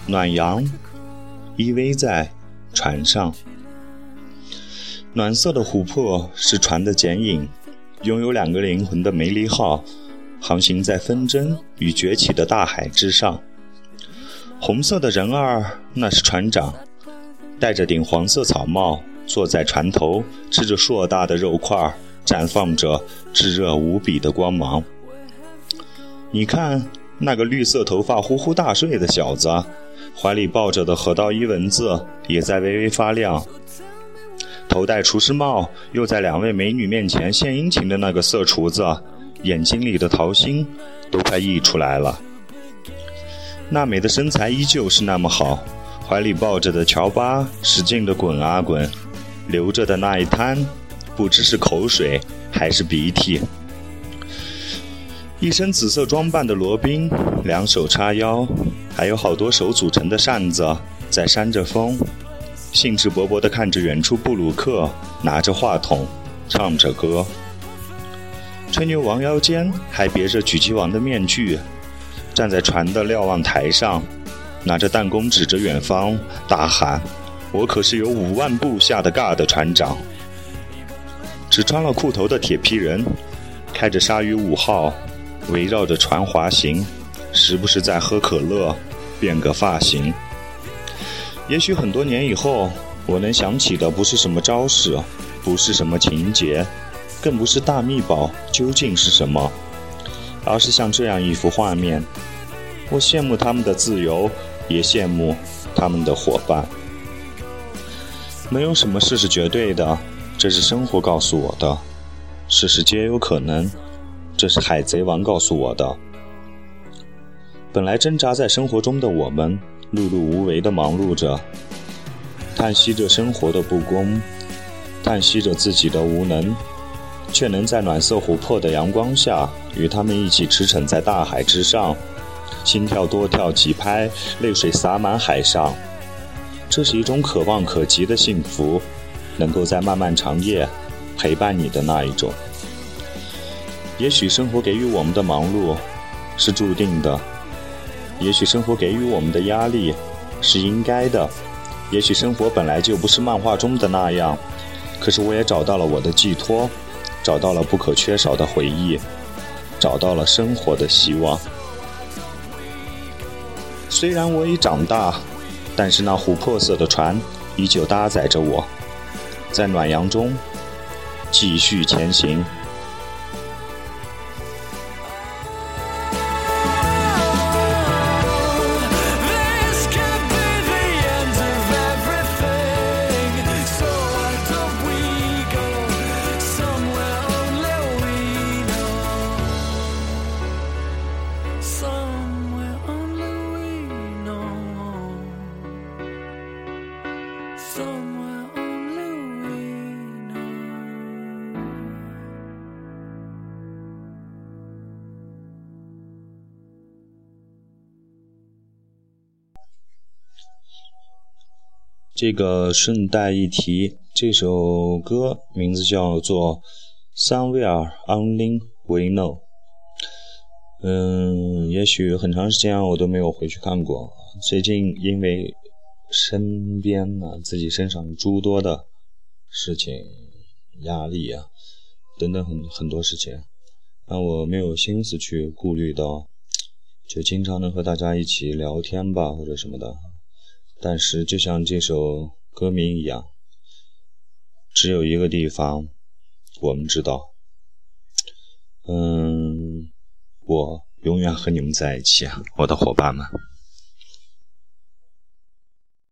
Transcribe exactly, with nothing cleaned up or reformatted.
暖阳依偎在船上。暖色的琥珀是船的剪影，拥有两个灵魂的梅利号航行在纷争与崛起的大海之上。红色的人儿，那是船长，戴着顶黄色草帽，坐在船头，吃着硕大的肉块，绽放着炙热无比的光芒。你看那个绿色头发呼呼大睡的小子，怀里抱着的河道一蚊子也在微微发亮。头戴厨师帽又在两位美女面前献殷勤的那个色厨子，眼睛里的桃心都快溢出来了。娜美的身材依旧是那么好，怀里抱着的乔巴使劲地滚啊滚，流着的那一滩不知是口水还是鼻涕。一身紫色装扮的罗宾两手叉腰，还有好多手组成的扇子在扇着风，兴致勃勃地看着远处布鲁克拿着话筒唱着歌。吹牛王腰间还别着狙击王的面具，站在船的瞭望台上，拿着弹弓指着远方大喊，我可是有五万部下的尬的船长。只穿了裤头的铁皮人开着鲨鱼五号围绕着船滑行，时不时在喝可乐变个发型。也许很多年以后，我能想起的不是什么招式，不是什么情节，更不是大秘宝究竟是什么，而是像这样一幅画面。我羡慕他们的自由，也羡慕他们的伙伴。没有什么事是绝对的，这是生活告诉我的。事事皆有可能，这是海贼王告诉我的。本来挣扎在生活中的我们，碌碌无为地忙碌着，叹息着生活的不公，叹息着自己的无能，却能在暖色琥珀的阳光下与他们一起驰骋在大海之上，心跳多跳几拍，泪水洒满海上。这是一种可望可及的幸福，能够在漫漫长夜陪伴你的那一种。也许生活给予我们的忙碌是注定的，也许生活给予我们的压力是应该的，也许生活本来就不是漫画中的那样，可是我也找到了我的寄托，找到了不可缺少的回忆，找到了生活的希望。虽然我已长大，但是那琥珀色的船依旧搭载着我，在暖阳中继续前行。这个顺带一提，这首歌名字叫做 Somewhere Only We Know。 嗯，也许很长时间我都没有回去看过，最近因为身边呢、啊、自己身上诸多的事情，压力啊等等很很多事情，让我没有心思去顾虑到，就经常能和大家一起聊天吧或者什么的。但是就像这首歌名一样，只有一个地方我们知道，嗯，我永远和你们在一起啊，我的伙伴们。